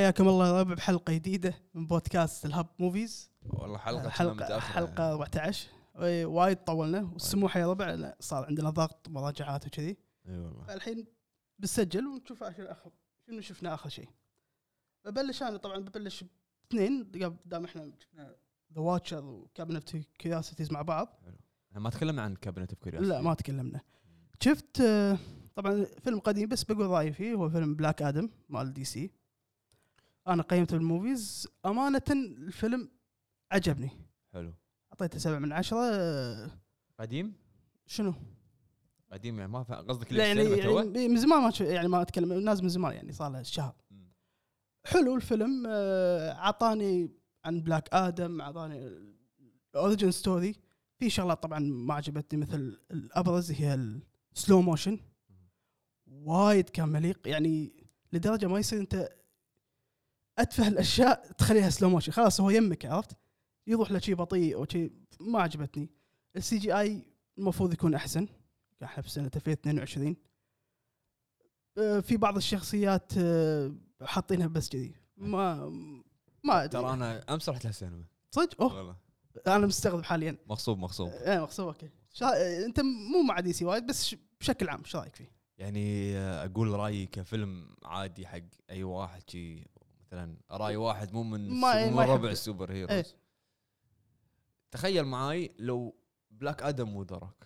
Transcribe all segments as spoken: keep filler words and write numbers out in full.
حياكم الله بحلقة جديدة من بودكاست الهب موفيز. والله حلقة حلقة حلقة أربعة عشر وايد طولنا والسموح يا ربع صار عندنا ضغط مراجعات وكذي. اي والله. الحين بنسجل ونشوف آخر آخر شنو شفنا آخر شيء. ببلش أنا طبعا ببلش اثنين دام إحنا شفنا ذا واتشر وكابينت اوف كيوريوسيتيز مع بعض. احنا ما تكلمنا عن كابينت اوف كيوريوسيتي. لا ما تكلمنا. شفت طبعا فيلم قديم بس بقول رأيي فيه هو فيلم بلاك آدم مال دي سي. أنا قيمت الموفيز أمانة الفيلم عجبني. حلو. أعطيته سبعة من عشرة. قديم؟ شنو؟ قديم يعني ما قصدك لا يعني, يعني من زمان ما يعني ما أتكلم الناس من زمان يعني صار له شهر. م. حلو الفيلم عطاني عن بلاك آدم عطاني الأوريجين ستوري. في شغلات طبعا ما عجبتني مثل الأبرز هي السلو موشن. وايد كان مليق يعني لدرجة ما يصير أنت أتفه الأشياء تخليها سلو موشن خلاص هو يمك عرفت يروح لشيء بطيء أو شيء ما عجبتني. السي جي آي المفروض يكون أحسن. احنا في سنة ألفين واثنين وعشرين في بعض الشخصيات حاطينها بس كذي ما ما ترى أنا أمس رحت للسينما صدق أوه والله. أنا مستغرب حاليا مغصوب مغصوب إيه مغصوب أوكي شا... أنت مو مع دي سي وايد بس بشكل عام شو رأيك فيه؟ يعني أقول رأيي كفيلم عادي حق أي واحد شيء مثلا رأي واحد مو من ما مو ربع السوبر هيروز. ايه؟ تخيل معاي لو بلاك آدم مو دراك.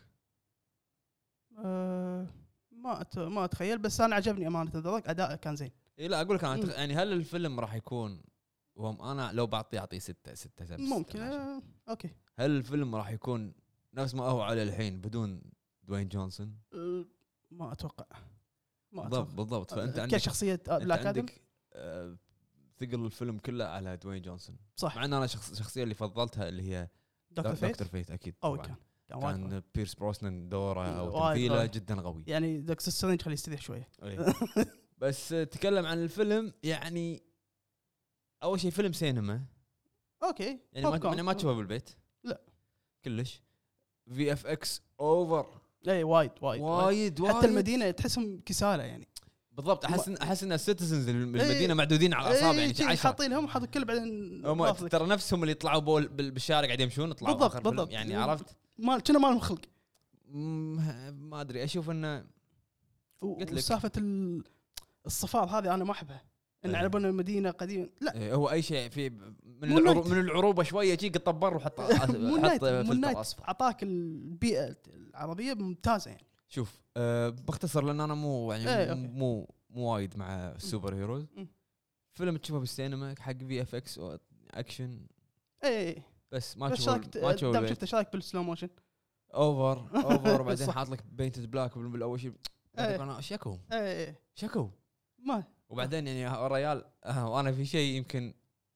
أه ما أت... ما اتخيل بس انا عجبني امانه دراك اداء كان زين. اي لا اقول لك انا تخ... يعني هل الفيلم راح يكون وانا لو بعطيه اعطيه ستة ستة سبعة ممكن أه... اوكي. هل الفيلم راح يكون نفس ما هو على الحين بدون دوين جونسون؟ أه... ما اتوقع ما بالضبط بالضبط. فانت عندك كشخصيه بلاك آدم أه... ثقل الفيلم كله على دوين جونسون صح. مع ان انا شخص الشخصيه اللي فضلتها اللي هي دكتور فيت, دكتور فيت اكيد طبعا كان كان, كان بيرس بروسنان دوره او تمثيله جدا قوي يعني دكتور سترينج خليه يستريح شويه. بس تكلم عن الفيلم يعني اول شيء فيلم سينما اوكي يعني ما يعني ما تشوفه بالبيت لا كلش. في اف اكس اوفر اي وايد وايد وايد وايد حتى المدينه تحسهم كساله يعني بالضبط. احس ان احس ان السيتيزنز المدينه معدودين على الاصابع يعني عشرة حاطينهم حاط الكل بعدين ترى نفسهم اللي يطلعوا بول بالشارع قاعد يمشون يطلعوا بالضبط بالضبط يعني عرفت ما كنا ما لهم خلق ما ادري اشوف انه قلت لك سالفه الصفار هذه انا ما احبها ان على بنا المدينه قديم لا هو اي شيء في من العروب من العروبه شويه شيء طبر وحط حط فلتر اصفر اعطاك البيئه العربيه ممتازه يعني. شوف أه باختصر لان انا مو يعني ايه مو مو وايد مع السوبر هيروز. م. فيلم تشوفه بالسينما حق في اف اكس اكشن ايه بس ما تشوف ما تشوف دام شفت شايك بالسلو موشن اوفر اوفر بعدين حاط لك بينتد بلاك بالاول شيء ايه انا شكو ايه شكو ما وبعدين يعني ريال آه وانا في شيء يمكن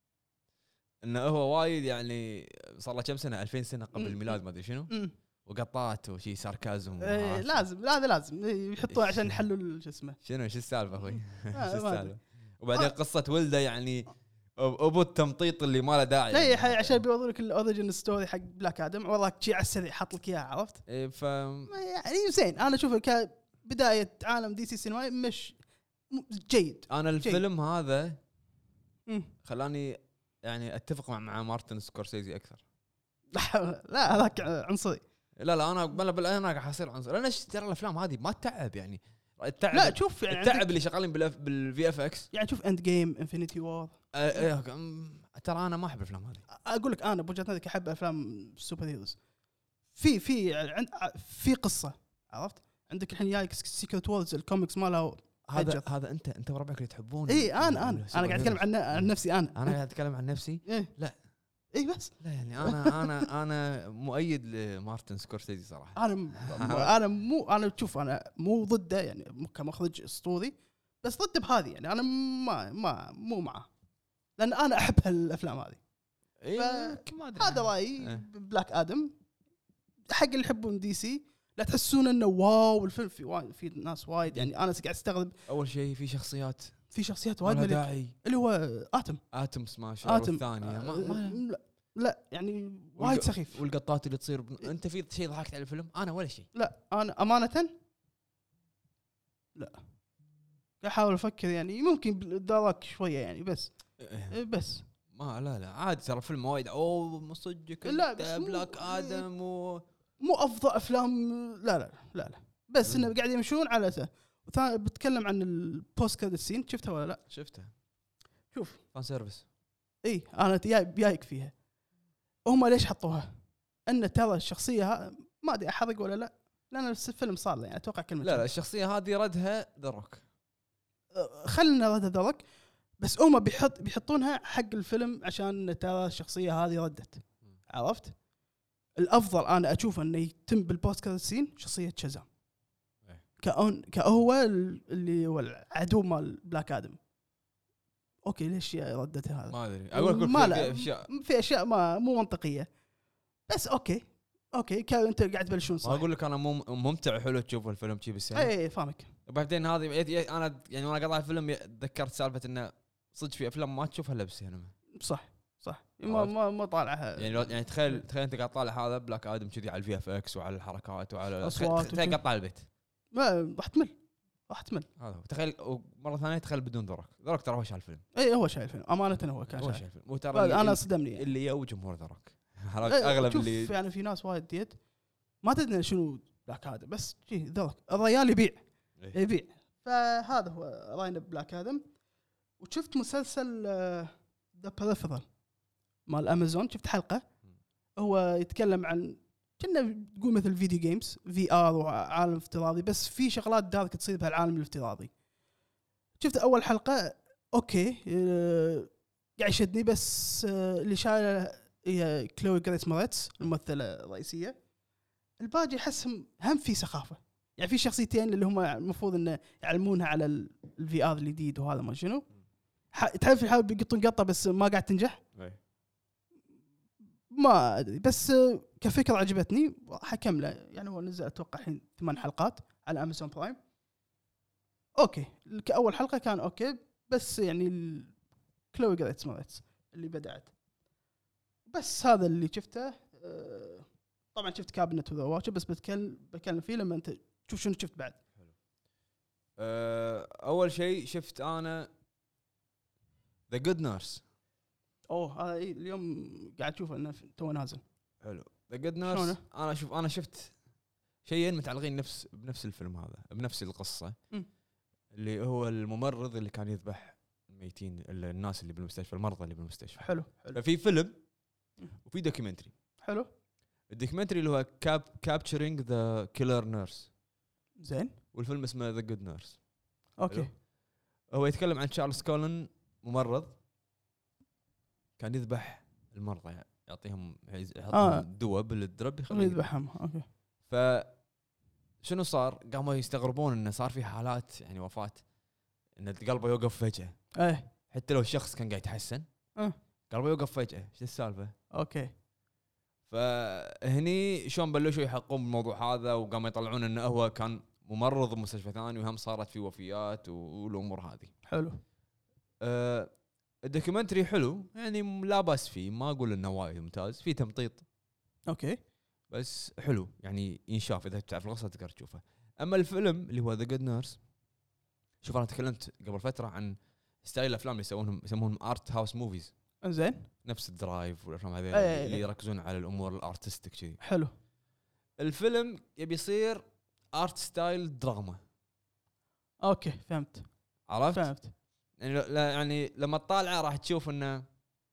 انه هو وايد يعني صار له كم سنه ألفين سنه قبل الميلاد ما ادري شنو م. وقطات وشي ساركازم ايه لازم لا هذا لازم يحطوه عشان يحلوا شو اسمه شنو شو السالفه اخوي شو السالفه. وبعدين قصه ولده يعني ابو التمطيط اللي ما له داعي لا يعني عشان بيوضوا لك الاوريجين ستوري حق بلاك آدم وراك شيء على السريع حط لك اياه عرفت. ايه ف يعني زين انا اشوفه كبدايه عالم دي سي سينمائي مش جيد. انا الفيلم جيد. هذا م. خلاني يعني اتفق مع مع مارتن سكورسيزي اكثر. لا هذاك عنصري. لا لا انا بلا بلا انا قاعد اصير عنصري. انا ترى الافلام هذه ما تتعب يعني التعب. لا شوف يعني التعب اللي شغالين بالفي اف اكس يعني شوف اند جيم انفينيتي وور أه ترى انا ما احب الافلام هذه. اقول لك انا بوجهه نظري احب افلام السوبر هيروز في في عند في قصه عرفت. عندك الحين جايك سيكريت وورز الكوميكس ماله هذا هذا انت انت وربعك اللي تحبون. اي انا انا انا قاعد اتكلم عن عن نفسي انا انا قاعد اتكلم عن نفسي. إيه؟ لا اي بس لا يعني انا انا انا مؤيد لمارتن سكورسيزي صراحه. انا انا مو انا تشوف انا مو ضده يعني كمخرج اسطوري بس ضده بهذه يعني انا ما ما مو معه لان انا احب هالافلام هذه. إيه هذا رايي. اه. بلاك آدم حق اللي يحبون دي سي لا تحسون انه واو الفيلم في وايد في ناس وايد يعني انا قاعد استغرب. اول شيء في شخصيات في شخصيات وايد ملك اللي هو آتم آتم سماشر والثانيه ما, ما لا, لا يعني وايد سخيف. والقطات اللي تصير ب... انت في شيء ضحكت على الفيلم؟ انا ولا شيء. لا انا امانه لا قاعد احاول افكر يعني ممكن دارك شويه يعني بس بس ما لا لا عادي ترى فيلم وايد اوه مصدق لا بس بلاك ادم و مو افضل افلام لا لا لا لا بس انه قاعد يمشون على اساس. بتكلم عن البوست كريدت سين شفتها ولا لا؟ شفتها. شوف فان سيرفيس. اي انا جايك فيها. هم ليش حطوها؟ ان ترى الشخصيه ما ادري احرق ولا لا لان الفيلم صار يعني اتوقع كلمه لا لا الشخصيه هذه ردها ذا روك. خلنا ردها ذا روك بس هم بيحط بيحطونها حق الفيلم عشان ترى الشخصيه هذه ردت. عرفت؟ الافضل انا اشوف انه يتم بالبوست كريدت سين شخصيه شازام كأون كهو اللي هو العدو مال بلاك ادم. اوكي ليش ردتها هذا؟ ما ادري اقول لك في اشياء في اشياء ما مو منطقيه بس اوكي اوكي كان انت قاعد تبلشون صح. اقول لك انا مو ممتع حلو تشوف الفيلم شي بالسينما. اي اي فاهمك. وبعدين هذه انا يعني وانا قاطع الفيلم تذكرت سالفه انه صدق في افلام ما تشوفها الا بالسينما. صح صح ما ما ما طالعها يعني يعني تخيل تخيل انت قاعد طالع هذا بلاك ادم كذي على الفي اف اكس وعلى الحركات وعلى الاصوات تخيل قطع البيت ما راح تمل راح تمل. هذا تخيل مره ثانيه تخيل بدون درك درك ترى هو شايل الفيلم. اي هو شايل الفيلم امانه هو كان هو شايل الفيلم وترى انا صدمني يعني. اللي يو جمهور درك اغلب اللي يعني في ناس وايد ديت ما تدري شنو بلاك ادم بس شي درك الرجال يبيع إيه؟ يبيع. فهذا هو راين بلاك ادم. وشفت مسلسل ذا بريفرال مال امازون شفت حلقه هو يتكلم عن كنا تقول مثل فيديو جيمز في ار وعالم افتراضي بس في شغلات دارك تصير بهالعالم الافتراضي. شفت اول حلقه اوكي أه قاعد يشدني بس أه اللي شايله هي كلوي جريس موريتس الممثله الرئيسيه. الباقي احسهم هم في سخافه يعني في شخصيتين اللي هم المفروض انه يعلمونها على الفي ار الجديد وهذا ما شنو تعرف يحاول بيقطون قطه بس ما قاعد تنجح ما ادري بس كفكره عجبتني حكمله يعني هو نزل اتوقع الحين ثمان حلقات على امازون برايم. اوكي كاول حلقه كان اوكي بس يعني كلوي جريتس موريتس اللي بدأت بس هذا اللي شفته. طبعا شفت كابينت وذا واتش بس بتكلم بكلم فيه لما انت تشوف شنو شفت بعد. اول شيء شفت انا ذا جود نيرس. اوه هذا إيه اليوم قاعد اشوفه انه تو نازل. حلو ذا جود نيرس. انا اشوف انا شفت شيئين متعلقين نفس بنفس الفيلم هذا بنفس القصه م. اللي هو الممرض اللي كان يذبح الميتين الناس اللي بالمستشفى المرضى اللي بالمستشفى. حلو حلو. ففي فيلم وفي دوكيومنتري. حلو. الدوكيومنتري اللي هو كاب كابتشرينج ذا كيلر نيرس. زين. والفيلم اسمه ذا جود نيرس. اوكي. حلو. هو يتكلم عن تشارلز كولن ممرض كان يذبح المرضى يعني يعطيهم يحطهم آه. دواء بالدرب يخليه يذبحهم. اوكي. ف شنو صار؟ قاموا يستغربون انه صار في حالات يعني وفاه ان قلبه يوقف فجأة. ايه حتى لو الشخص كان قاعد يتحسن اه قلبه يوقف فجأة. ايش السالفة؟ اوكي. فهني شلون بلشوا يحققون بالموضوع هذا وقاموا يطلعون انه هو كان ممرض بمستشفى ثاني وهم صارت في وفيات والامور هذه. حلو. أه الدوكيومنتري حلو يعني لا باس فيه ما اقول انه وايد ممتاز في تمطيط. اوكي. بس حلو يعني ينشاف اذا تعرف القصه تقدر تشوفه. اما الفيلم اللي هو ذا جود نيرس شوف انا تكلمت قبل فتره عن ستايل الافلام اللي يسوونهم يسمونهم ارت هاوس موفيز. انزين. نفس الدرايف والافلام هذه أي اللي يركزون على الامور الارتستيك كذي. حلو. الفيلم يبي يصير ارت ستايل دراما. اوكي فهمت. عرفت فهمت يعني لا يعني لما تطالعه راح تشوف انه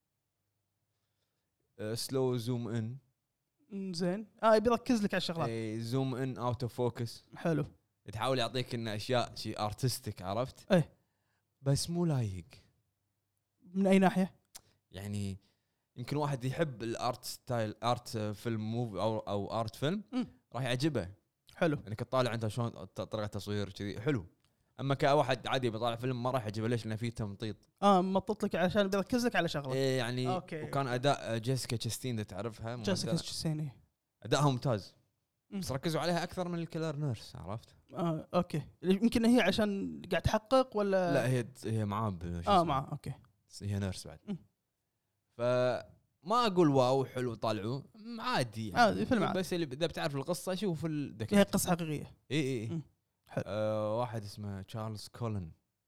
سلو زوم ان. زين. اه يبي يركز لك على الشغلات. اي زوم ان اوت اوف فوكس. حلو. تحاول يعطيك انه اشياء شيء ارتستيك. عرفت ايه بس مو لايق. من اي ناحيه؟ يعني يمكن واحد يحب الارت ستايل ارت فيلم موفي او او ارت فيلم راح يعجبه. حلو انك يعني تطالع انت شلون طريقه تصوير كذي حلو. اما كواحد عادي بيطالع فيلم ما راح يعجبه. ليش؟ لانه فيه تمطيط. اه مطط لك عشان بيركز لك على شغله. إيه يعني أوكي. وكان اداء جيسيكا تشستين تعرفها. جيسيكا تشستين ادائها ممتاز بس ركزوا عليها اكثر من الكيلر نيرس. عرفت؟ اه اوكي. يمكن هي عشان قاعد تحقق ولا لا هي هي معاه. اه معاه. اوكي هي نيرس بعد. فما اقول واو حلو طالعوا عادي يعني. عادي فيلم عادي. بس اللي اذا بتعرف القصه شوف الدكتور. هي قصه حقيقيه. اي اي حلو. آه واحد اسمه تشارلز كولن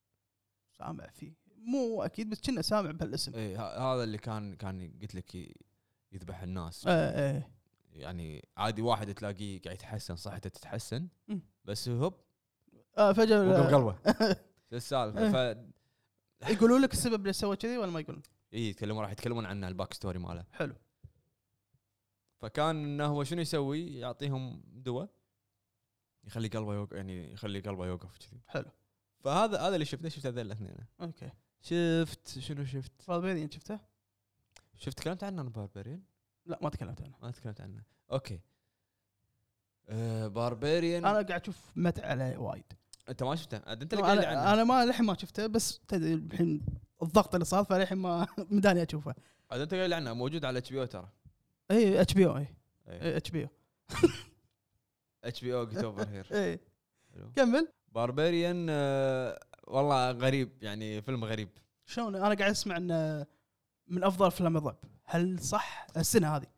سامع فيه مو اكيد بس كنا سامع بهالاسم. ايه هذا اللي كان كان قلت لك يذبح الناس. ايه ايه يعني عادي واحد تلاقيه قاعد يتحسن صحته تتحسن بس هوب اه فجاه وقف قلبه. شو السالفه؟ ف يقولوا لك السبب اللي سوى كذي ولا ما يقولون؟ اي يتكلمون راح يتكلمون عنه الباك ستوري ماله. حلو. فكان انه هو شنو يسوي؟ يعطيهم دواء يخلي قلبه يوقف، يعني يخلي قلبه يوقف كذي. حلو. فهذا هذا اللي شفته شفت هذول الاثنين. اوكي. شفت شنو شفت؟ باربيريان شفته؟ شفت تكلمت عنه انا باربيريان؟ لا ما تكلمت عنه. ما تكلمت عنه. اوكي. أه باربيريان انا قاعد اشوف مت عليه وايد. انت ما شفته؟ انت اللي قايل عنه. انا ما للحين ما شفته بس تدري الحين الضغط اللي صار فللحين ما مداني اشوفه. عاد انت قايل عنه موجود على اتش بي او ترى. اي اتش بي او. اي اتش بي او اتش بي او جيت اوفر هير. اي كمل. باربيريان أه والله غريب، يعني فيلم غريب. شلون؟ انا قاعد اسمع انه من افضل افلام الرعب، هل صح السنه هذه؟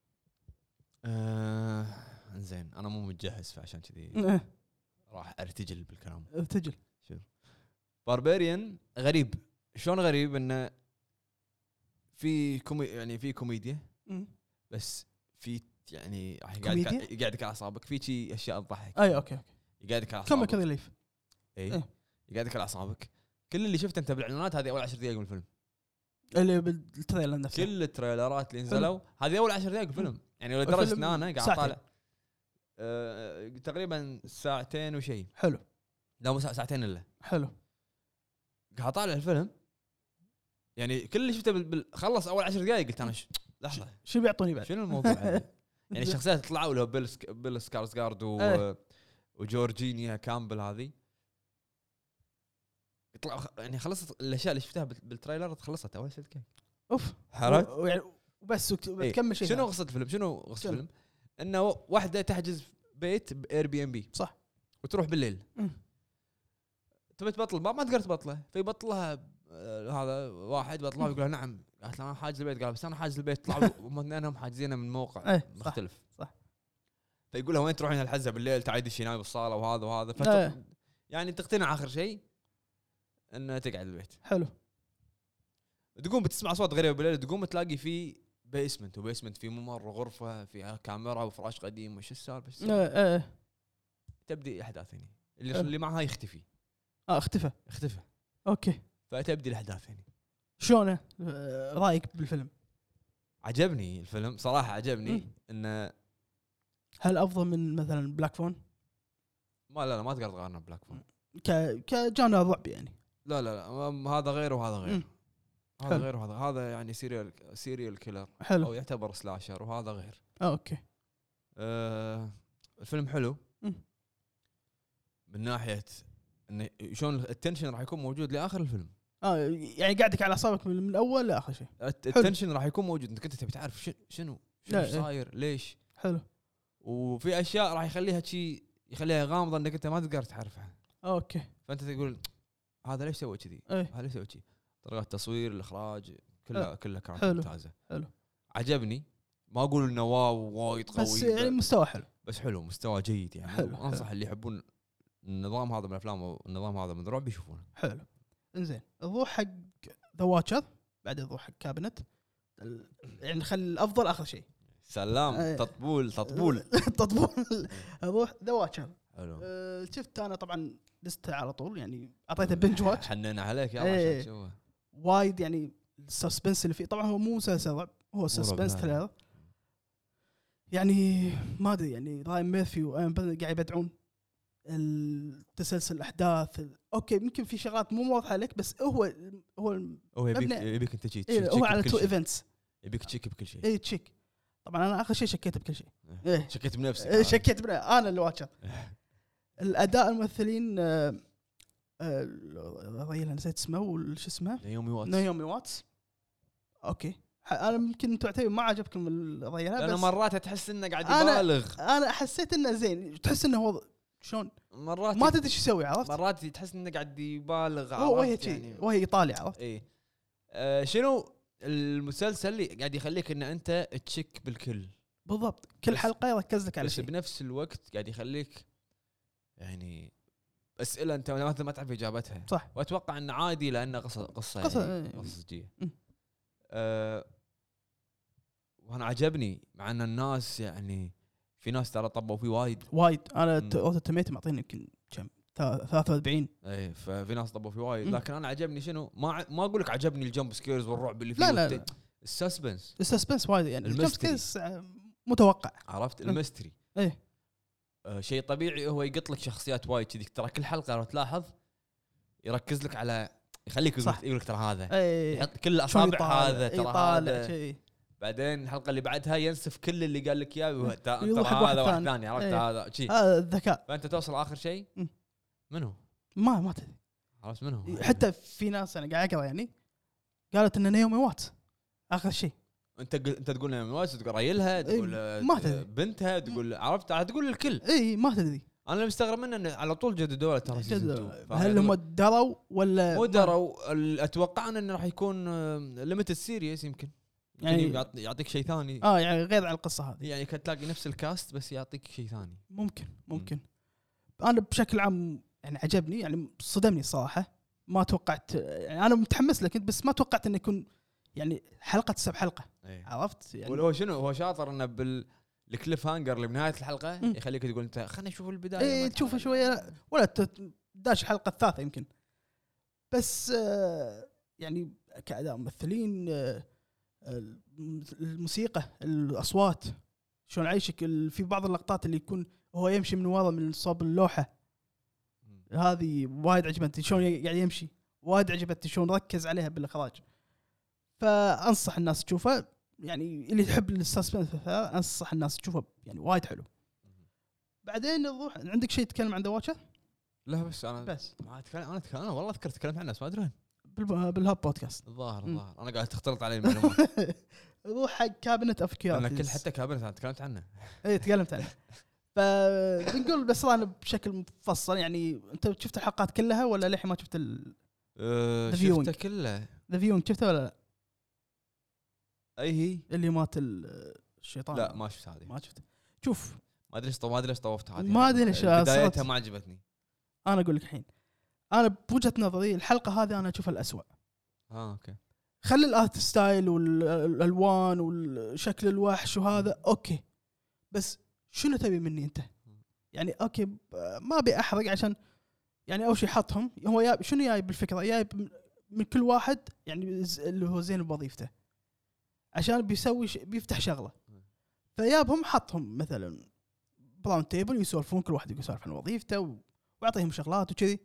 آه زين انا مو متجهز فعشان كذي راح ارتجل بالكلام. ارتجل. شوف باربيريان غريب. شلون غريب؟ انه في كومي يعني في كوميديا بس في يعني قاعد يقعدك على اعصابك في شيء اشياء تضحك. اي اوكي اوكي يقعدك على اعصابك. كم كذا ليف. اي إيه؟ يقعدك على اعصابك. كل اللي شفته انت بالاعلانات هذه اول عشر دقائق من الفيلم، اللي بالتريلر نفسه كل التريلرات اللي نزلوا هذه اول عشر دقائق بالفيلم. يعني لدرجه ان انا قاعد طالع أه تقريبا ساعتين وشيء. حلو. لا مو ساعتين الا. حلو. قاعد طالع الفيلم يعني كل اللي شفته بال... خلص اول عشر دقائق قلت انا ش... لحظه شو بيعطوني بعد؟ شنو الموضوع هذا؟ يعني الشخصيات طلعوا له بيل سك... بيل سكارسغارد و... أه. وجورجينيا كامبل هذه يطلعوا يعني خلصت الاشياء اللي شفتها بالتريلر خلصت اول ست دقائق. اوف حركت ويعني وبس بتكمل شيء. شنو قصه الفيلم؟ شنو قصه الفيلم؟ انه واحده تحجز بيت باير بي ام بي صح وتروح بالليل تبي تبطل ما تقدر تبطله فيبطلها هذا واحد بطلها يقول نعم قالت له انا حاجز البيت قال بس انا حاجز البيت طلعوا هم اثنينهم حاجزينه من موقع ايه مختلف صح, صح. فيقول له وين تروحين الحزه بالليل تعيد الشيناي بالصاله وهذا وهذا فت... ايه. يعني تقتنع اخر شيء انه تقعد البيت. حلو. تقوم بتسمع اصوات غريبه بالليل تقوم تلاقي في بيسمنت وبيسمنت في ممر غرفه فيها كاميرا وفراش قديم وش السالفه. ايه ايه. تبدي احداث هنا اللي حلو. اللي معها يختفي. اه اختفى اختفى اوكي. فتبدي الاحداث هنا. شلونه رايك بالفيلم؟ عجبني الفيلم صراحه عجبني. انه هل افضل من مثلا بلاك فون؟ ما لا لا ما تقدر تقارنه بلاك فون ك كجانر رعب يعني. لا لا لا هذا غير وهذا غير. هذا حلو. غير وهذا هذا يعني سيريال سيريال كيلر حلو. او يعتبر سلاشر وهذا غير. اه اوكي. آه الفيلم حلو م. من ناحيه انه شلون التنشن راح يكون موجود لاخر الفيلم. اه يعني قاعدك على اعصابك من الاول لاخر شيء. التنشن راح يكون موجود انت كنت تبي تعرف شنو شنو شنو صاير ليش. حلو. وفي اشياء راح يخليها شيء يخليها غامضه انك انت ما تقدر تعرفها. اوكي. فانت تقول هذا ليش سوى كذي هذا ليش سوى كذي. طريقه التصوير الاخراج كلها كلها كانت ممتازه. حلو. عجبني ما اقول انه واو وايد قوي بس يعني مستوى حلو بس حلو مستوى جيد يعني. حلو. انصح حلو. اللي يحبون النظام هذا من الافلام والنظام هذا من الرعب يشوفونه. حلو. انزين نروح حق ذا واتشر بعد نروح حق كابنت يعني نخلي الافضل اخر شيء. سلام. أه تطبول تطبول تطبول. نروح ذا واتشر. حلو. أه شفت انا طبعا لسته على طول يعني اعطيته بنج واتش. حننا عليك يا عشان تشوفه وايد يعني السسبنس اللي فيه. طبعا هو مو مسلسل رعب هو سسبنس ثريلر يعني ما ادري يعني راين ميرفيو قاعد يبدعون التسلسل الاحداث. اوكي يمكن في شغلات مو واضحه لك بس هو هو هو يبيك يبيك انت تشيك إيه هو على تو ايفنتس يبيك تشيك بكل شيء. اي تشيك. طبعا انا اخر شيء شكيت بكل شيء. إيه شكيت بنفسي. إيه شكيت بنفسي انا اللي واتشر. الاداء الممثلين آه الرجل نسيت اسمه وش اسمه نايومي واتس. نايومي واتس اوكي. انا يمكن تعتبر ما عجبكم الرجل بس انا مرات تحس انه قاعد يبالغ. انا, أنا حسيت انه زين تحس انه هو شلون مرات ما تدري ايش يسوي عرفت. مرات تحس انه قاعد يبالغ هو وهي يعني وهي ايطالي عرفت. اي آه شنو المسلسل اللي قاعد يخليك ان انت تشك بالكل بالضبط كل حلقه يركز لك على شيء بس بنفس الوقت قاعد يخليك يعني اسئله انت مثلا ما تعرف اجابتها صح. واتوقع انه عادي لانه قصه قصه قصة يعني إيه. قصه صجيه. أه وانا عجبني مع ان الناس يعني في ناس ترى طبوا فيه وايد وايد. انا اوتو توميتو معطيني يمكن كم ثلاثة وأربعين. اي ففي ناس طبوا فيه وايد لكن انا عجبني شنو ما ع... ما اقول لك عجبني الجمب سكيرز والرعب اللي فيه. لا لا, لا. السسبنس السسبنس وايد يعني الجمب سكيرز متوقع. عرفت الميستري ايه آه شيء طبيعي. هو يقط لك شخصيات وايد كذي ترى كل حلقه لو تلاحظ يركز لك على يخليك يقول لك ترى هذا ايه. يحط كل اصابع هذا ترى هذا شيء. بعدين الحلقه اللي بعدها ينسف كل اللي قال لك اياه ترى هذا واحد ثاني. عرفت ايه. هذا شيء هذا الذكاء. فانت توصل اخر شيء منو ما ما تدري. عرفت منو. حتى في ناس انا قاعد اقرا يعني قالت ان نيومي واتس اخر شيء. انت انت تقول نيومي واتس تقول رايلها تقول ايه ما تدري. بنتها تقول عرفت تقول الكل. اي ما تدري. انا مستغرب منه انه على طول جددوا ترى هل هم دروا ولا مو دروا. اتوقع انه راح يكون ليميتد سيريس يمكن يعني يعطيك شيء ثاني اه يعني غير عن القصه هذه يعني كتلاقي نفس الكاست بس يعطيك شيء ثاني. ممكن ممكن م. انا بشكل عام يعني عجبني يعني صدمني الصراحه. ما توقعت يعني انا متحمس لك بس ما توقعت انه يكون يعني حلقه سبع حلقه. أيه. عرفت يعني وهو شنو هو شاطر انه بال الكليف هانجر اللي بنهايه الحلقه م. يخليك تقول انت خلينا نشوف البدايه. ايه تشوفه شويه ولا داش الحلقه الثالثه يمكن بس آه يعني كأداء ممثلين آه الموسيقى الاصوات شلون عايشك في بعض اللقطات اللي يكون هو يمشي من ورا من صوب اللوحه م. هذه وايد عجبتني شلون قاعد يمشي. وايد عجبتني شلون ركز عليها بالاخراج. فانصح الناس تشوفه يعني اللي تحب السسبنس انصح الناس تشوفه يعني وايد حلو. بعدين نروح عندك شيء تتكلم عن ذا واتشر؟ لا بس انا بس ما اتكلم انا اتكلم انا والله اذكر تكلمت عنه بس ما ادري وين بالهاب بودكاست الظاهر الظاهر انا قاعد تختلط علي المعلومات. روح حق كابينت اوف كيوريوسيتيز. انا كل حتى كابينت انا تكلمت عنه. اي تكلمت عنه. فبنقول بس انا بشكل مفصل يعني انت شفت الحلقات كلها ولا للحين ما شفت ال أه شفته كله. ذا فيونج شفته ولا لا؟ اي هي اللي مات الشيطان. لا ما شفت هذه ما شفت. شوف ما ادري ما ادري ايش طوفت هذه ما ادري ليش بدايتها ما عجبتني. انا اقول لك الحين انا بوجهه نظري الحلقه هذه انا اشوفها الأسوأ. اه اوكي خلي الارت ستايل والالوان والشكل الوحش وهذا اوكي بس شنو تبي مني انت يعني؟ اوكي ما ابي احرق عشان يعني اول شيء حطهم هو يا شنو جاي بالفكره جاي من كل واحد يعني اللي هو زين بوظيفته عشان بيسوي ش... بيفتح شغله فيابهم حطهم مثلا براون تيبل يسولفون كل واحد يسولف عن وظيفته و... ويعطيهم شغلات وكذي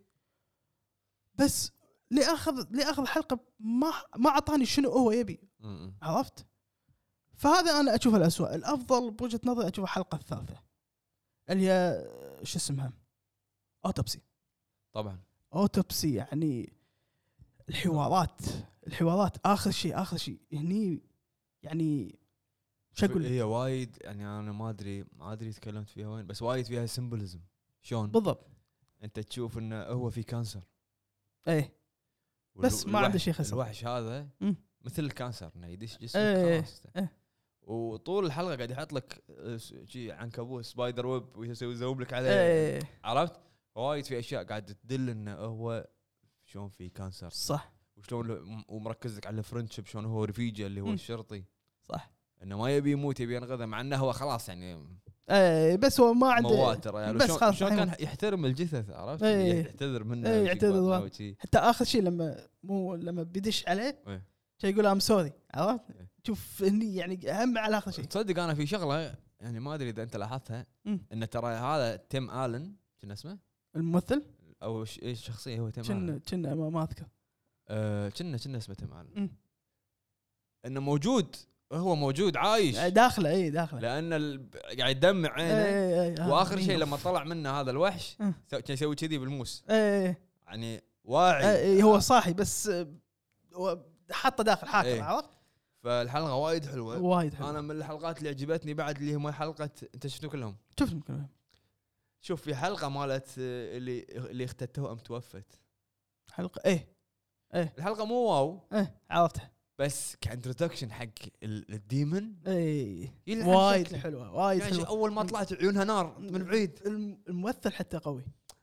بس لأخذ لأخذ حلقة ما ما عطاني شنو هو يبي. عرفت؟ فهذا أنا أشوفه الأسوأ. الأفضل بوجهة نظري أشوف الحلقة الثالثة اللي هي شو اسمها أوتوبسي. طبعا أوتوبسي يعني الحوارات الحوارات آخر شيء آخر شيء هني يعني شو أقول هي وايد يعني أنا ما أدري ما أدري تكلمت فيها وين بس وايد فيها سيمبوليزم. شلون بالضبط؟ أنت تشوف إنه هو في كانسر ايه بس ما عنده شيء خسر. الوحش هذا م. مثل الكانسر انه يدش جسمك ايه خلاص ايه. وطول الحلقه قاعد يحط لك شيء عنكبوت سبايدر ويب ويسوي يذوب لك عليه. ايه. عرفت وايد في اشياء قاعده تدل انه هو شلون في كانسر صح وشلون ومركز لك على الفرنشيب شلون هو رفيجه اللي هو م. الشرطي صح انه ما يبي يموت يبي ينقذه مع انه هو خلاص يعني ايه بس هو ما عنده مواتر يعني بس خلاص شلون كان يحترم الجثث. عرفت ايه. يعتذر منه ايه يعتذر حتى اخر شيء لما مو لما بيدش عليه ايه. شيء يقول ام سوري. عرفت ايه. شوف هني يعني اهم على اخر شيء. تصدق انا في شغله يعني ما ادري اذا انت لاحظتها ان ترى هذا تيم آلن شنو اسمه الممثل او ايش الشخصيه هو تيم آلن كنا ما, ما اذكر أه كنا كنا اسمه تيم آلن انه موجود هو موجود عايش داخله اي داخله لان ال... قاعد يدمع عينه ايه ايه واخر شيء لما طلع منه هذا الوحش كان يسوي كذي بالموس ايه يعني واعي ايه هو صاحي بس هو حطه داخل حاكر. ايه. عرفت فالحلقه وايد حلوه وايد حلوه. انا من الحلقات اللي عجبتني بعد اللي هم حلقه انت شفتوا كلهم شفتهم كلهم. شوف في حلقه مالت اللي اللي اختها توأم توفت حلقه ايه ايه الحلقه مو واو ايه عرفتها بس كانترودكشن حق الديمن اي وايد حلوه وايد يعني حلوه. اول ما طلعت عيونها نار من بعيد الممثل حتى قوي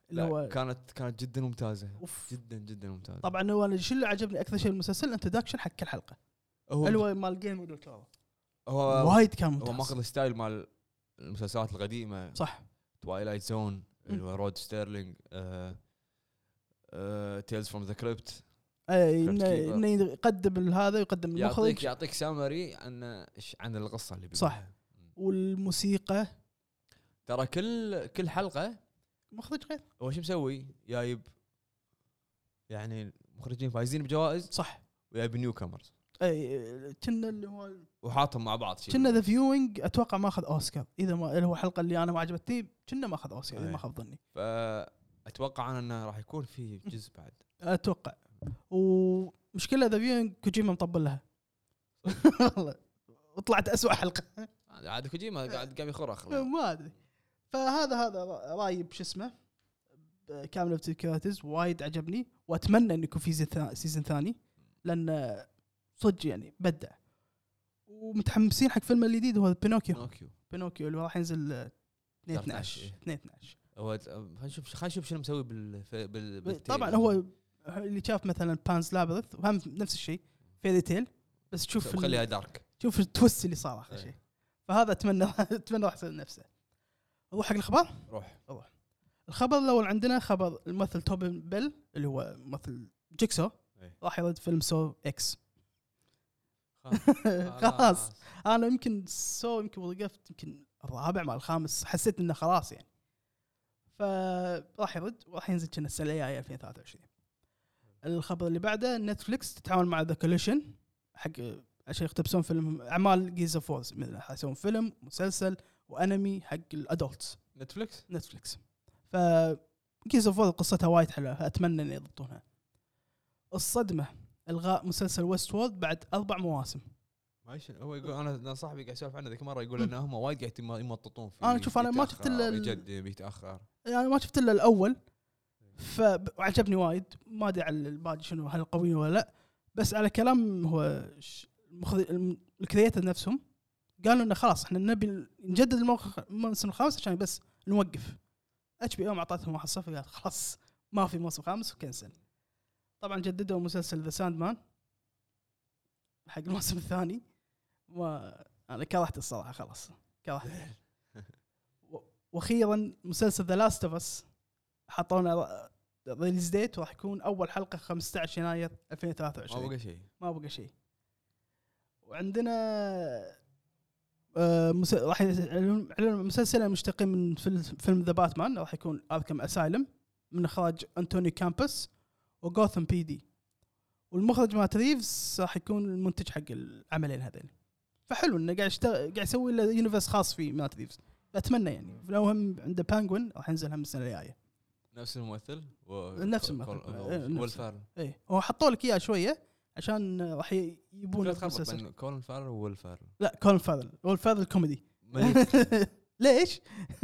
اللي هو كانت كانت جدا ممتازه أوف. جدا جدا ممتازه. طبعا هو شو اللي عجبني اكثر شيء المسلسل الانتدكشن حق كل حلقه هو اللي هو مال جيم مود هذا هو وايد كان ممتاز. هو ماخذ الستايل مال المسلسلات القديمه صح. توايلايت زون اللي هو رود ستيرلينج تيلز فروم ذا كريبت. اي انه يقدم هذا ويقدم المخرج يعطيك يعطيك سامري عن عن القصه اللي بيقولها. صح. والموسيقى ترى كل كل حلقه مخرج غير. هو شو مسوي جايب يعني مخرجين فايزين بجوائز صح وجايب نيو كامرز. اي كنا اللي هو وحاطهم مع بعض شيء. كنا ذا فيوينج اتوقع ما اخذ اوسكار اذا ما اللي هو الحلقه اللي انا ما عجبتني كنا ما اخذ اوسكار اذا ما خاب ظني. فاتوقع انا انه راح يكون في جزء بعد اتوقع. ومشكله ذا فيوينج كوجيما مطبل لها والله وطلعت أسوأ حلقه. عاد كوجيما قاعد قام يخرخ ما ادري. فهذا هذا رايي بش اسمه كامل اوف تيكاتز وايد عجبني واتمنى انه يكون في سيزون ثاني لان صدق يعني بدع. ومتحمسين حق فيلم الجديد هو بينوكيو. بينوكيو بينوكيو اللي راح ينزل اثنين اثنا عشر اثنين اثنا عشر. هو خلينا نشوف خلينا نشوف شنو مسوي بال بال طبعا هو اللي شاف مثلا بانز لابرث وهم نفس الشيء فيري تيل بس تشوف خليها دارك. شوف التويست اللي صار اخر شيء. فهذا اتمنى اتمنى راح يصير نفسه. نروح حق الخبر. روح روح. الخبر الاول عندنا خبر الممثل توبي بيل اللي هو ممثل جيكسو راح يرد فيلم سو اكس. خلاص انا يمكن سو يمكن وقفت يمكن الرابع مع الخامس حسيت انه خلاص يعني. فراح يرد وراح ينزل كنا السنه الجايه ألفين وثلاثة وعشرين. الخبر اللي بعده نتفليكس تتعاون مع ذا كوليشن حق عشان يقتبسون فيلم اعمال جيز اوف وورز مثل يسوون فيلم مسلسل وانمي حق الادولتس. نتفليكس نتفليكس ف جيز اوف وورز قصتها وايد حلوه اتمنى ان يضبطونها. الصدمه الغاء مسلسل ويست وورد بعد اربع مواسم. ماشي هو يقول انا صاحبي قاعد يسولف عنه ذيك مره يقول ان هم وايد قاعد يمططون فيه. انا شوف انا ما شفت الا جد بيتاخر يعني ما شفت الا الاول فعجبني وايد ما ادري على الباقي شنو هل قوي ولا لا بس على كلام هو الكرييتر نفسهم قالوا انه خلاص احنا نبي نجدد الموسم الخامس عشان بس نوقف. اتش بي او اعطتهم واحد صفر قال خلاص ما في موسم خامس وكنسل. طبعا جددوا مسلسل ذا ساند مان حق الموسم الثاني ما انا كرهت الصراحه خلاص كرهت. واخيرا مسلسل ذا لاست اوف اس حطونا ريليز ديت وراح يكون اول حلقه خمسة عشر يناير ألفين وثلاثة وعشرين. ما بقى شيء ما بقى شيء. وعندنا آه مس... راح يعلن مسلسل مشتقين من فيلم ذا باتمان راح يكون اركم اسايلم من اخراج انتوني كامبس وغوثم بي دي والمخرج مات ريفز راح يكون المنتج حق العملين هذين. فحلو انه قاعد يشتغل قاعد يسوي له يونيفرس خاص فيه مات ريفز. اتمنى يعني لو هم عنده بانجوين راح ينزل هم السنه الجايه. نفس الممثل و... نفس الممثل والفارل ايه هو حطوا لك اياه شويه عشان راح يبون المسلسل كولن فارل والفارل. لا كولن فارل والفارل كوميدي ليش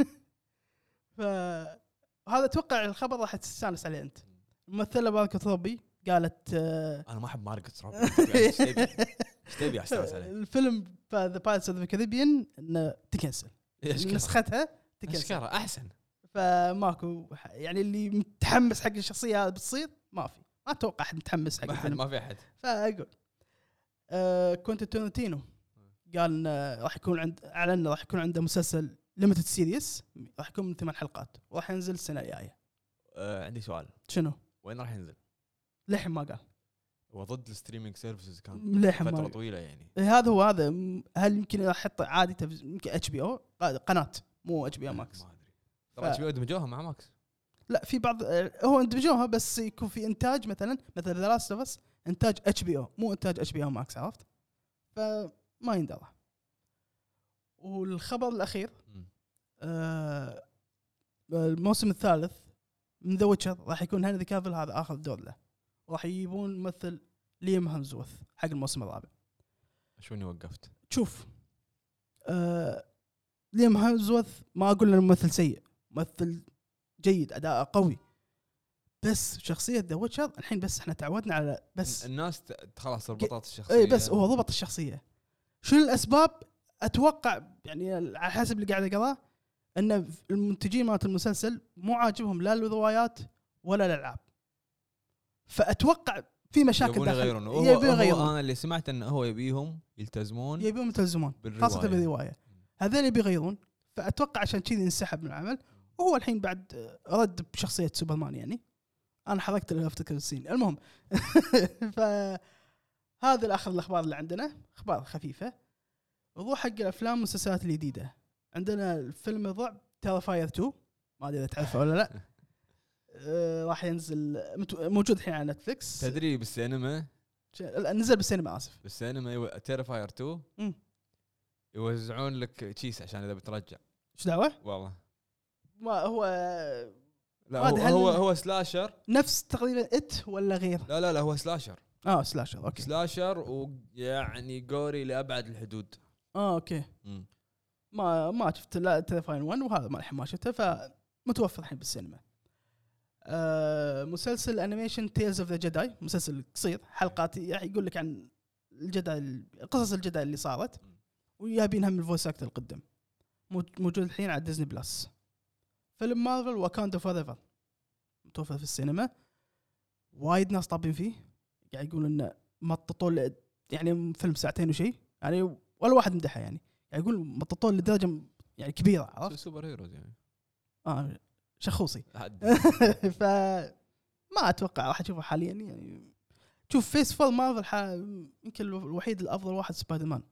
فهذا اتوقع الخبر راح تستانس عليه انت. الممثله ماركت روبي قالت آه انا ما احب ماركت روبي ايش تبي ايش تبي استانس عليه. الفيلم ذا بايرتس اوف ذا كاريبيان انه تكنسل نسختها تكنسل احسن. فماكو يعني اللي متحمس حق الشخصيه هذه بتصير ما في ما اتوقع احد متحمس حق الفيلم ما في احد. فاقول آه كنت تورنتينو قال راح يكون عند اعلن راح يكون عنده مسلسل ليميتد سيريس راح يكون من ثمان حلقات وراح ينزل السنه الجايه. آه عندي سؤال شنو وين راح ينزل؟ لحين ما قال. هو ضد الستريمينج سيرفيسز كان فتره ما... طويله يعني. هذا هو هذا هل يمكن احط عادي يمكن اتش بي او قناه مو اتش بي او ماكس. ما ادري طبعا اتش بي او دمجوها مع ماكس. لا في بعض هو دمجوها بس يكون في انتاج مثلا مثل ذا لاست اوف اس انتاج اتش بي او مو انتاج اتش بي او ماكس عرفت. فما يندرى. والخبر الاخير آه الموسم الثالث من ذا ويتشر راح يكون هنري كافل هذا اخر دور له وراح يجيبون ممثل ليام هامزورث حق الموسم الرابع. شو اني وقفت شوف آه ليام هامزورث ما اقول انه ممثل سيء ممثل جيد اداء قوي بس شخصيه ذا ويتشر الحين بس احنا تعودنا على بس الناس خلاص ربطت الشخصيه. اي بس هو ضبط الشخصيه. شو الاسباب؟ اتوقع يعني على حسب اللي قاعد اقراه ان المنتجين مالت المسلسل مو عاجبهم لا الروايات ولا الالعاب، فاتوقع في مشاكل داخل يغيرون. هو, هو انا اللي سمعت انه هو يبيهم يلتزمون يبيهم يلتزمون خاصه بالروايه، هذول اللي بيغيرون. فاتوقع عشان كذي انسحب من العمل، وهو الحين بعد رد بشخصيه سوبرمان. يعني انا حركت له افتكر السين. المهم فهذا الاخر الاخبار اللي عندنا، اخبار خفيفه. نروح حق الافلام والمسلسلات الجديده. عندنا فيلم الرعب تيرفاير تو، ما ادري اذا تعرفه ولا لا. آه راح ينزل موجود الحين على نتفلكس. تدري بالسينما نزل بالسينما اسف بالسينما تيرفاير تو يوزعون لك كيس عشان اذا بترجع. ايش دعوه والله ما هو لا هو هو, هو سلاشر نفس تقريبا ات ولا غير. لا لا لا هو سلاشر. اه سلاشر اوكي سلاشر ويعني جوري لابعد الحدود. اه اوكي م. ما ما شفت لا تيرفاير واحد وهذا ما الحين ما شفته، فمتوفر الحين بالسينما. آه مسلسل انيميشن تيلز اوف ذا جداي، مسلسل قصير حلقات يقول لك عن الجداي، قصص الجداي اللي صارت ويابينها من الفويس اكتر القدم. موجود الحين على ديزني بلس. فيلم مارفل واكاندا فوريفر متوفر في السينما، وايد ناس طابين فيه، قاعد يقولون انه مططوا يعني فيلم ساعتين وشيء يعني، ولا واحد مدحه يعني، يعني يقول مططوا لدرجه يعني كبيره. عرفت سوبر هيروز يعني اه شخوصي ف ما اتوقع راح اشوفه حاليا يعني. شوف فيس فور مارفل يمكن الوحيد الافضل واحد سبايدر مان،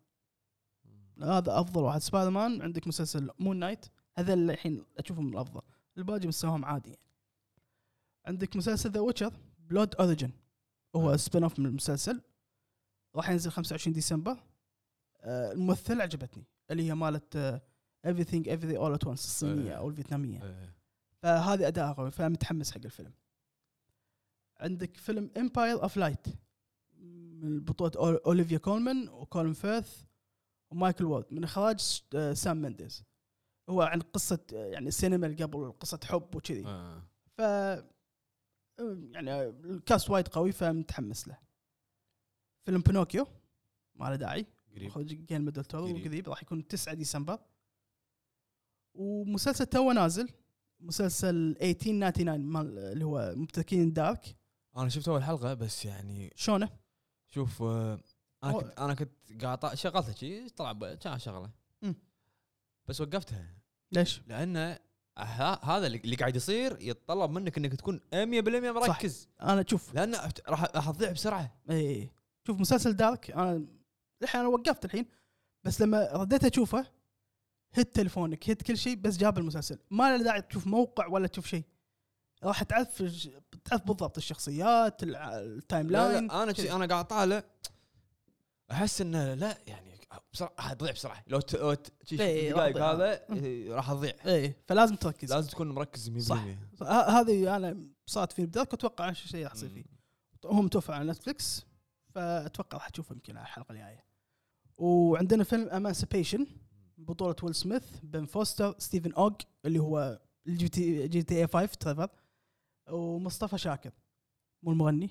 هذا افضل واحد سبايدر مان. عندك مسلسل مون نايت، هذا اللي الحين اشوفهم من الافضل، الباقي مستواهم عادي يعني. عندك مسلسل ذا ويتشر بلود اوريجن، هو سبين اوف من المسلسل، راح ينزل خمسة وعشرين ديسمبر. آه الممثل عجبتني اللي هي مالت آه everything everything all at once الصينيه او الفيتناميه، فهذه اداء قوي، فمتحمس حق الفيلم. عندك فيلم امباير اوف لايت من بطولة اوليفيا كولمان وكولين فيرث ومايكل وولد، من اخراج آه سام مينديز. هو عن قصة يعني السينما اللي قبل، قصة حب وكذي. آه. ف يعني الكاست وايد قوي فمتحمس له. فيلم بينوكيو ما له داعي، خرج جيلمو ديل تورو وقريب، راح يكون تسعة ديسمبر. ومسلسل تو نازل، مسلسل ثمانية عشر تسعة وتسعين اللي هو مبتكرين دارك. انا شفت اول حلقة بس يعني شلونه؟ شوف آه انا كنت انا كنت قاعد شغلتها شيء طلع كان شغله م. بس وقفتها. ليش؟ لأنه هذا اللي قاعد يصير يتطلب منك انك تكون مية بالمية مركز. صح. انا اشوف لان راح راح تضيع بسرعه. اي شوف مسلسل دارك انا الحين انا وقفت الحين، بس لما رديت اشوفه هت تلفونك هت كل شيء، بس جاب المسلسل ما له داعي تشوف موقع ولا تشوف شيء، راح تعرف تعرف بالضبط الشخصيات التايم لاين. لا لا انا انا قاعد طالع احس انه لا يعني بسرعه حتضيع بسرعه، لو تشوف دقائق هذا راح تضيع. اي فلازم تركز، لازم تكون مركز مية بالمية. هذه انا صارت في بداية اتوقع شيء راح يصير فيه. هو متوفر على نتفلكس فاتوقع راح تشوفه يمكن على الحلقه الجايه. وعندنا فيلم امانسيبيشن بطولة ويل سميث، بن فوستر، ستيفن اوغ اللي هو الجي تي جي تي اي خمسة تريفر، ومصطفى شاكر مو المغني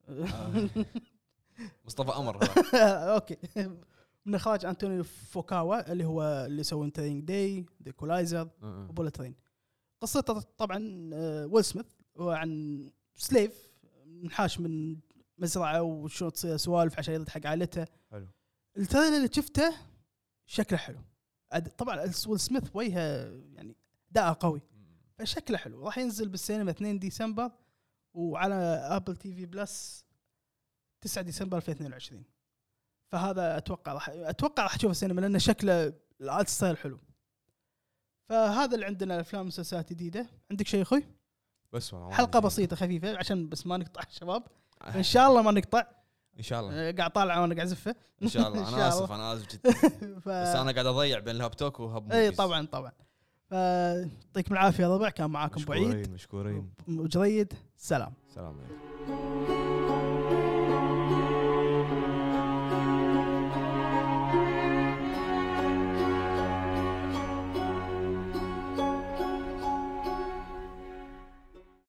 مصطفى قمر اوكي، من اخراج انتوني فوكاوا اللي هو اللي سوى انترينج داي ذا كولايزر وبولت ترين. قصته طبعا ويل سميث هو عن سليف منحاش من مزرعه وشلون تصير سوالف عشان يضحك عائلته. حلو. التريلر اللي شفته شكله حلو طبعا، ويل سميث وجهه يعني داء قوي فشكله حلو. راح ينزل بالسينما اثنين ديسمبر وعلى ابل تي في بلس تسعة ديسمبر ألفين واثنين وعشرين. فهذا اتوقع راح اتوقع راح اشوف السينما لانه شكله الارت ستايل حلو. فهذا اللي عندنا افلام ومسلسلات جديده. عندك شيء اخوي؟ بس حلقه بسيطه خفيفه عشان بس ما نقطع الشباب ان شاء الله ما نقطع ان شاء الله. قاعد طالع وانا قاعد ازفه ان شاء الله. انا اسف انا اسف جدا ف... بس انا قاعد اضيع بين الهاب توك وهاب موفيز. اي طبعا طبعا. فيعطيكم العافيه يا ربع، كان معاكم بعيد مشكورين مشكورين وجريد. سلام سلام عليكم.